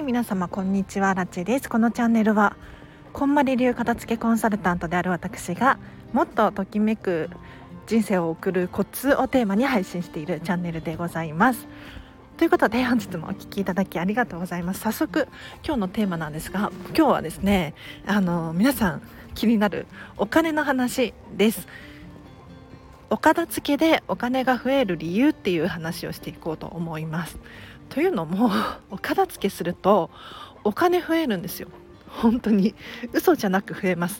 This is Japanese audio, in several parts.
皆様こんにちは、ラチェです。このチャンネルはこんまり流片付けコンサルタントである私がもっとときめく人生を送るコツをテーマに配信しているチャンネルでございます。ということで本日もお聞きいただきありがとうございます。早速今日のテーマなんですが、今日はですね皆さん気になるお金の話です。お片付けでお金が増える理由っていう話をしていこうと思います。というのもお片付けするとお金増えるんですよ。本当に嘘じゃなく増えます。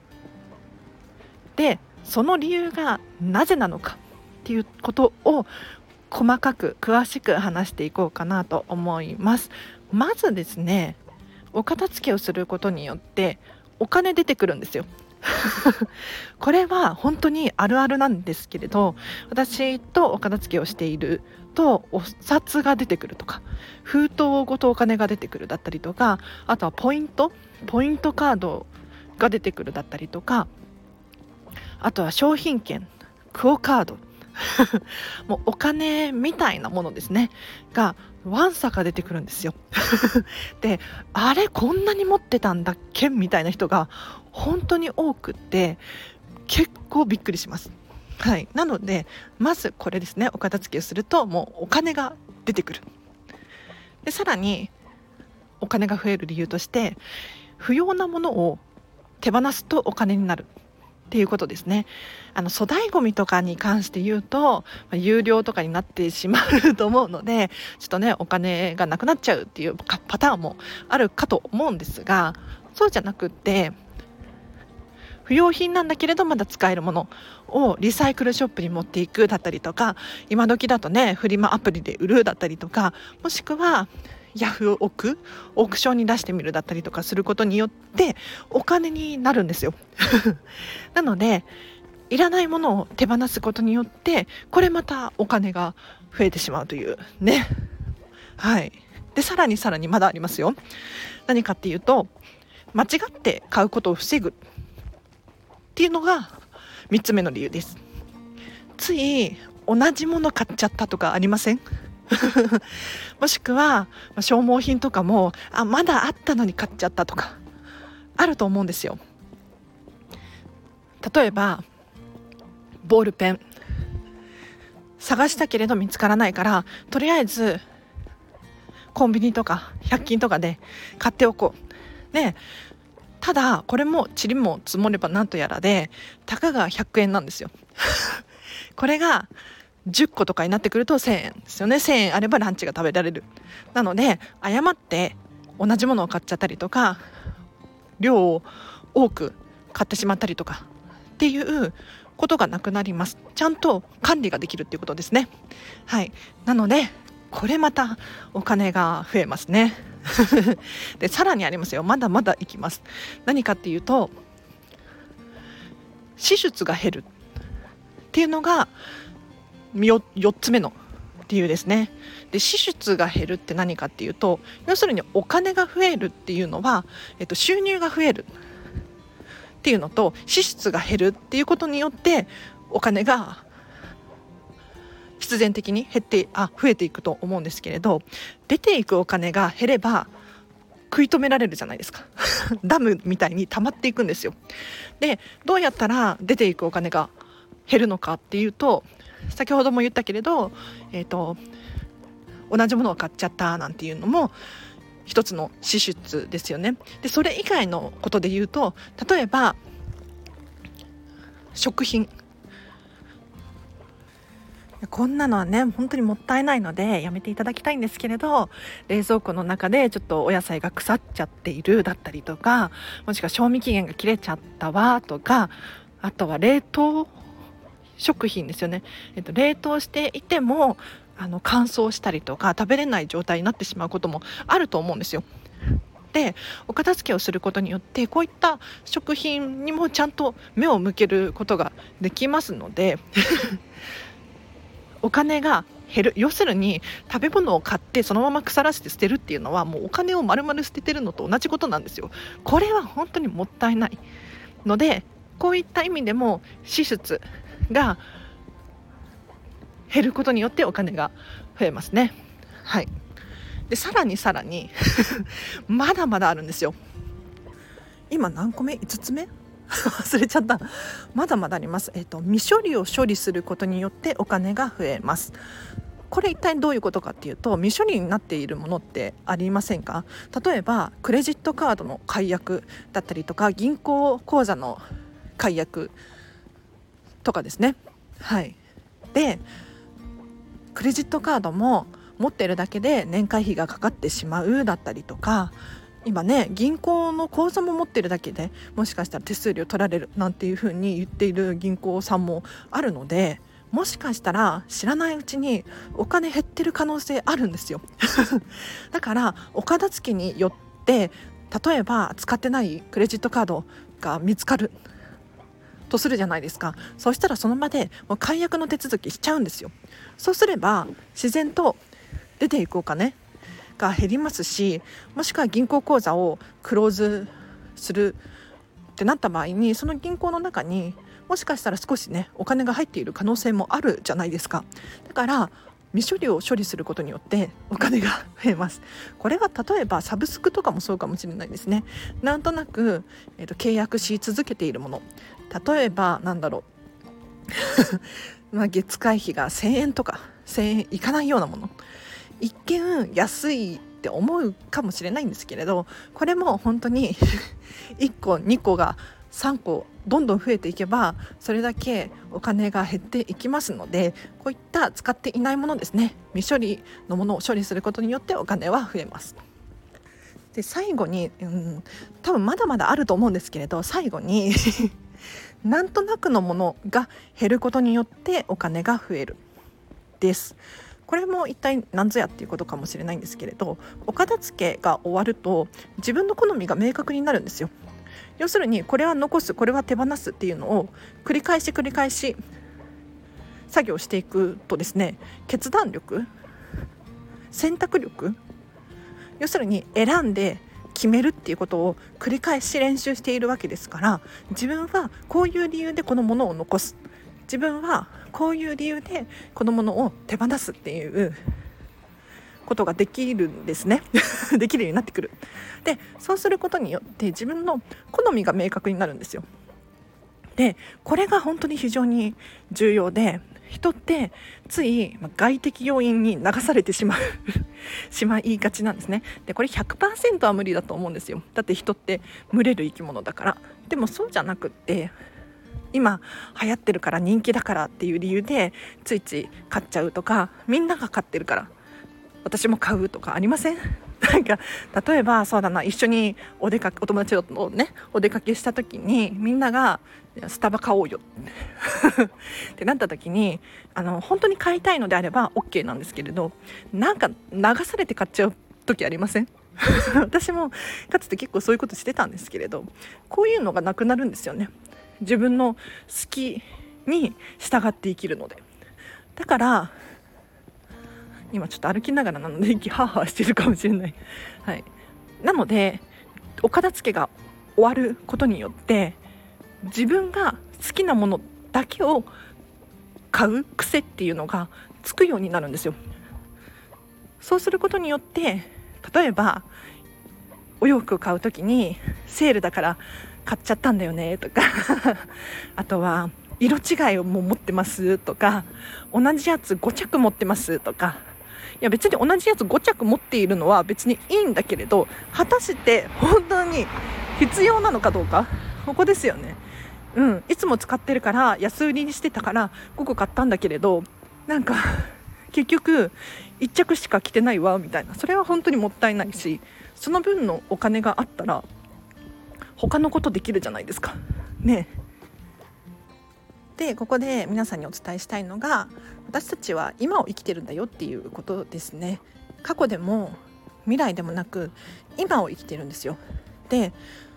でその理由がなぜなのかっていうことを細かく詳しく話していこうかなと思います。まずですね、お片付けをすることによってお金出てくるんですよ。これは本当にあるあるなんですけれど、私とお片付けをしているとお札が出てくるとか、封筒ごとお金が出てくるだったりとか、あとはポイントカードが出てくるだったりとか、あとは商品券、クオカードもうお金みたいなものですねがわんさか出てくるんですよ。で、あれこんなに持ってたんだっけみたいな人が本当に多くって結構びっくりします。はい、なのでまずこれですね、お片付けをするともうお金が出てくる。でさらにお金が増える理由として不要なものを手放すとお金になるっていうことですね。粗大ごみとかに関して言うと、有料とかになってしまうと思うので、ちょっとねお金がなくなっちゃうっていうパターンもあるかと思うんですが、そうじゃなくって不要品なんだけれどまだ使えるものをリサイクルショップに持っていくだったりとか、今時だとねフリマアプリで売るだったりとか、もしくはヤフオクオークションに出してみるだったりとかすることによってお金になるんですよ。なのでいらないものを手放すことによってこれまたお金が増えてしまうというね。はい。でさらにまだありますよ。何かっていうと、間違って買うことを防ぐっていうのが3つ目の理由です。つい同じもの買っちゃったとかありません？もしくは消耗品とかもまだあったのに買っちゃったとかあると思うんですよ。例えばボールペン探したけれど見つからないから、とりあえずコンビニとか100均とかで買っておこう。でただこれも塵も積もればなんとやらでたかが100円なんですよ。これが10個とかになってくると1000円ですよね。1000円あればランチが食べられる。なので誤って同じものを買っちゃったりとか、量を多く買ってしまったりとかっていうことがなくなります。ちゃんと管理ができるっていうことですね。はい。なのでこれまたお金が増えますね。でさらにありますよ。まだまだいきます。何かっていうと、支出が減るっていうのが4つ目の理由ですね。で支出が減るって何かっていうと、要するにお金が増えるっていうのは、収入が増えるっていうのと支出が減るっていうことによってお金が必然的に増えていくと思うんですけれど、出ていくお金が減れば食い止められるじゃないですか。ダムみたいに溜まっていくんですよ。でどうやったら出ていくお金が減るのかっていうと、先ほども言ったけれど、同じものを買っちゃったなんていうのも一つの支出ですよね。でそれ以外のことで言うと、例えば食品、こんなのはね本当にもったいないのでやめていただきたいんですけれど、冷蔵庫の中でちょっとお野菜が腐っちゃっているだったりとか、もしくは賞味期限が切れちゃったわとか、あとは冷凍食品ですよね。冷凍していても乾燥したりとか食べれない状態になってしまうこともあると思うんですよ。でお片付けをすることによってこういった食品にもちゃんと目を向けることができますのでお金が減る。要するに食べ物を買ってそのまま腐らせて捨てるっていうのはもうお金を丸々捨ててるのと同じことなんですよ。これは本当にもったいないので、こういった意味でも支出が減ることによってお金が増えますね。はい。 でさらにまだまだあるんですよ。今何個目？5つ目忘れちゃった。まだまだあります。未処理を処理することによってお金が増えます。これ一体どういうことかっていうと、未処理になっているものってありませんか？例えばクレジットカードの解約だったりとか、銀行口座の解約とかですね。はい。でクレジットカードも持っているだけで年会費がかかってしまうだったりとか、今ね、銀行の口座も持っているだけでもしかしたら手数料取られるなんていうふうに言っている銀行さんもあるので、もしかしたら知らないうちにお金減ってる可能性あるんですよだからお片付けによって、例えば使ってないクレジットカードが見つかるとするじゃないですか。そうしたらその場でもう解約の手続きしちゃうんですよ。そうすれば自然と出ていくお金が減りますし、もしくは銀行口座をクローズするってなった場合に、その銀行の中にもしかしたら少しねお金が入っている可能性もあるじゃないですか。だから未処理を処理することによってお金が増えます。これは例えばサブスクとかもそうかもしれないですね。なんとなく、契約し続けているもの、例えばなんだろう月会費が1000円とか1000円いかないようなもの、一見安いって思うかもしれないんですけれど、これも本当に1個2個が3個どんどん増えていけばそれだけお金が減っていきますので、こういった使っていないものですね、未処理のものを処理することによってお金は増えます。で最後に、多分まだまだあると思うんですけれど、最後になんとなくのものが減ることによってお金が増えるです。これも一体何ぞやっていうことかもしれないんですけれど、お片付けが終わると自分の好みが明確になるんですよ。要するにこれは残す、これは手放すっていうのを繰り返し作業していくとですね、決断力、選択力、要するに選んで決めるっていうことを繰り返し練習しているわけですから、自分はこういう理由でこのものを残す、自分はこういう理由でこのものを手放すっていうことができるんですねできるようになってくる。でそうすることによって自分の好みが明確になるんですよ。でこれが本当に非常に重要で、人ってつい外的要因に流されてしまいがちなんですね。でこれ 100% は無理だと思うんですよ。だって人って群れる生き物だから。でもそうじゃなくって、今流行ってるから人気だからっていう理由でついつい買っちゃうとか、みんなが買ってるから私も買うとかありません？なんか例えばそうだな、一緒にお友達とねお出かけした時にみんながスタバ買おうよってなった時に、本当に買いたいのであれば OK なんですけれど、なんか流されて買っちゃう時ありません？私もかつて結構そういうことしてたんですけれど、こういうのがなくなるんですよね。自分の好きに従って生きるので。だから今ちょっと歩きながらなので息ハーハーしてるかもしれない、はい、なのでお片付けが終わることによって自分が好きなものだけを買う癖っていうのがつくようになるんですよ。そうすることによって例えばお洋服買うときにセールだから買っちゃったんだよねとかあとは色違いをもう持ってますとか、同じやつ5着持ってますとか、いや別に同じやつ5着持っているのは別にいいんだけれど、果たして本当に必要なのかどうか、ここですよね。いつも使ってるから安売りにしてたから5個買ったんだけれど、なんか結局1着しか着てないわみたいな、それは本当にもったいないし、その分のお金があったら他のことできるじゃないですかね。でここで皆さんにお伝えしたいのが、私たちは今を生きてるんだよっていうことですね。過去でも未来でもなく今を生きてるんですよ。で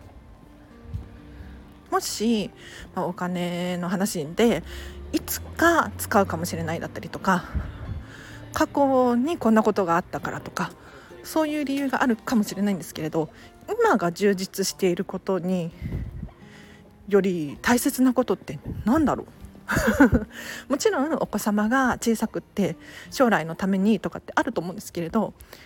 もし、お金の話でいつか使うかもしれないだったりとか、過去にこんなことがあったからとか、そういう理由があるかもしれないんですけれど、今が充実していることにより大切なことって何だろうもちろんお子様が小さくって将来のためにとかってあると思うんですけれど、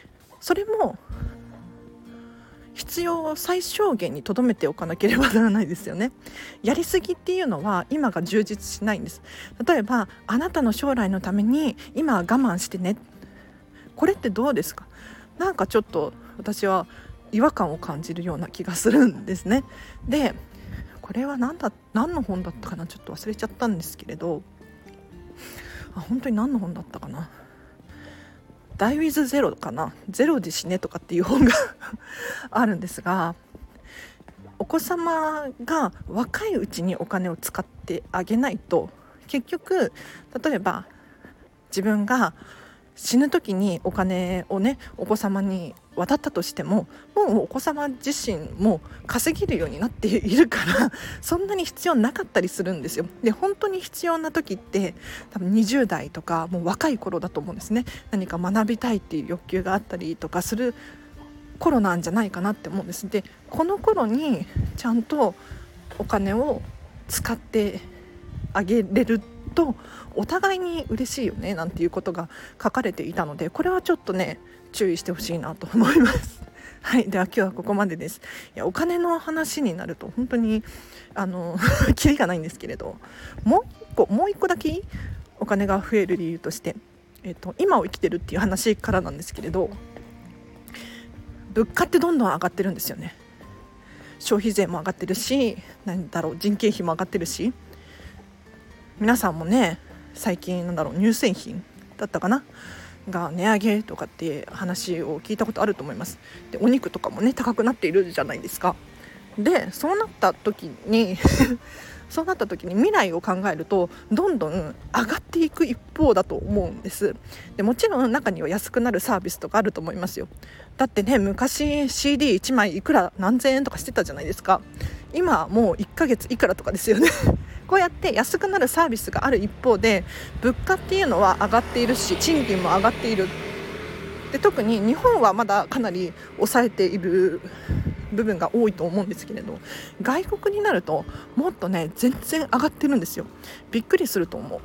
それも必要最小限に留めておかなければならないですよね。やりすぎっていうのは今が充実しないんです。例えばあなたの将来のために今は我慢してね、これってどうですか？なんかちょっと私は違和感を感じるような気がするんですね。でこれは何の本だったかな、ちょっと忘れちゃったんですけれど、本当に何の本だったかな、ダイウィズゼロかな、ゼロで死ねとかっていう本があるんですが、お子様が若いうちにお金を使ってあげないと、結局例えば自分が死ぬ時にお金をねお子様に渡ったとしても、もうお子様自身も稼げるようになっているからそんなに必要なかったりするんですよ。で本当に必要な時って多分20代とかもう若い頃だと思うんですね。何か学びたいっていう欲求があったりとかする頃なんじゃないかなって思うんです。でこの頃にちゃんとお金を使ってあげれるとお互いに嬉しいよねなんていうことが書かれていたので、これはちょっとね注意してほしいなと思いますはい、では今日はここまでです。いやお金の話になると本当にキリがないんですけれど、もう一個だけいい？お金が増える理由として、今を生きてるっていう話からなんですけれど、物価ってどんどん上がってるんですよね。消費税も上がってるし、人件費も上がってるし、皆さんもね最近乳製品だったかなが値上げとかって話を聞いたことあると思います。でお肉とかもね高くなっているじゃないですか。でそうなった時に未来を考えるとどんどん上がっていく一方だと思うんです。でもちろん中には安くなるサービスとかあると思いますよ。だってね昔 CD1 枚いくら何千円とかしてたじゃないですか。今もう1ヶ月いくらとかですよねこうやって安くなるサービスがある一方で、物価っていうのは上がっているし賃金も上がっている。で特に日本はまだかなり抑えている部分が多いと思うんですけれど、外国になるともっとね全然上がってるんですよ。びっくりすると思う。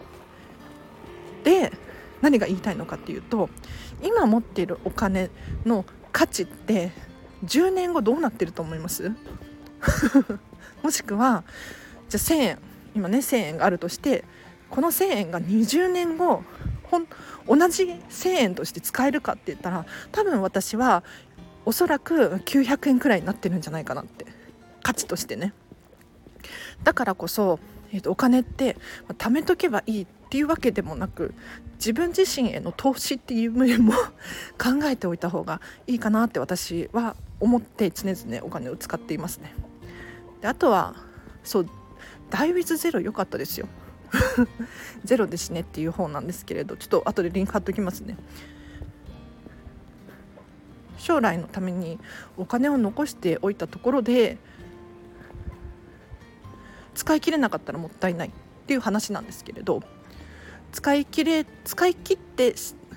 で何が言いたいのかっていうと、今持っているお金の価値って10年後どうなってると思いますもしくはじゃあ1000円、今ね1000円があるとして、この1000円が20年後同じ1000円として使えるかって言ったら、多分私はおそらく900円くらいになってるんじゃないかなって、価値としてね。だからこそ、お金って貯めとけばいいっていうわけでもなく、自分自身への投資っていう面も考えておいた方がいいかなって私は思って常々お金を使っていますね。であとはダイウィズゼロ良かったですよゼロですねっていう本なんですけれど、ちょっと後でリンク貼っておきますね。将来のためにお金を残しておいたところで使い切れなかったらもったいないっていう話なんですけれど、使い切って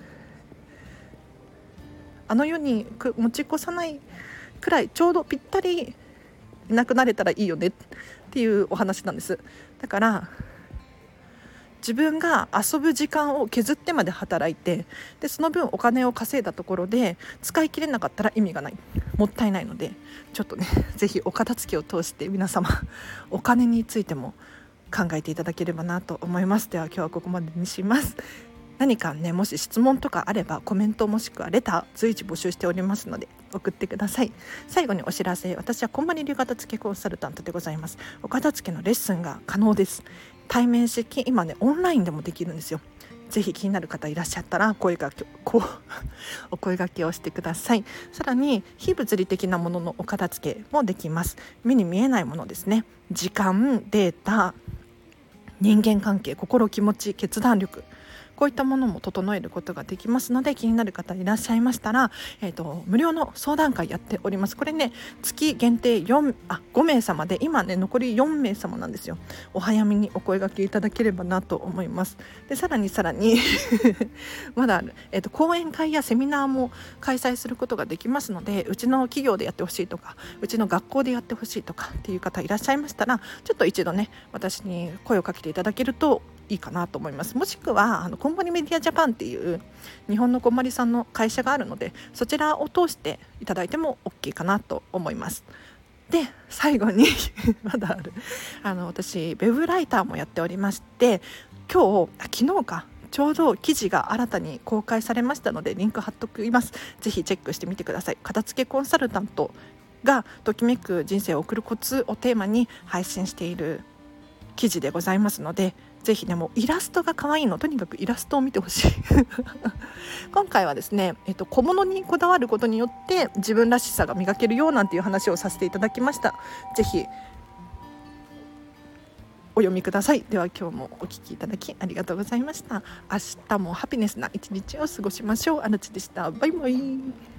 あの世に持ち越さないくらいちょうどぴったりいなくなれたらいいよねっていうお話なんです。だから自分が遊ぶ時間を削ってまで働いて、でその分お金を稼いだところで使い切れなかったら意味がない、もったいないので、ちょっとねぜひお片付けを通して皆様お金についても考えていただければなと思います。では今日はここまでにします。何かねもし質問とかあればコメントもしくはレター随時募集しておりますので送ってください。最後にお知らせ、私はこんまり流片付けコンサルタントでございます。お片付けのレッスンが可能です。対面式、今ねオンラインでもできるんですよ。ぜひ気になる方いらっしゃったらお声掛けをしてください。さらに非物理的なもののお片付けもできます。目に見えないものですね。時間、データ、人間関係、心、気持ち、決断力、こういったものも整えることができますので、気になる方いらっしゃいましたら、無料の相談会やっております。これね月限定5名様で、今ね残り4名様なんですよ。お早めにお声掛けいただければなと思います。でさらにまだ講演会やセミナーも開催することができますので、うちの企業でやってほしいとかうちの学校でやってほしいとかっていう方いらっしゃいましたら、ちょっと一度ね私に声をかけていただけるといいかなと思います。もしくはこんまりメディアジャパンっていう日本のこんまりさんの会社があるので、そちらを通していただいても OK かなと思います。で最後にまだある私ウェブライターもやっておりまして、昨日かちょうど記事が新たに公開されましたのでリンク貼っときます。ぜひチェックしてみてください。片付けコンサルタントがときめく人生を送るコツをテーマに配信している記事でございますので、ぜひね、もうイラストが可愛いの、とにかくイラストを見てほしい今回はですね、小物にこだわることによって自分らしさが磨けるよなんていう話をさせていただきました。ぜひお読みください。では今日もお聞きいただきありがとうございました。明日もハピネスな一日を過ごしましょう。あらちでした。バイバイ。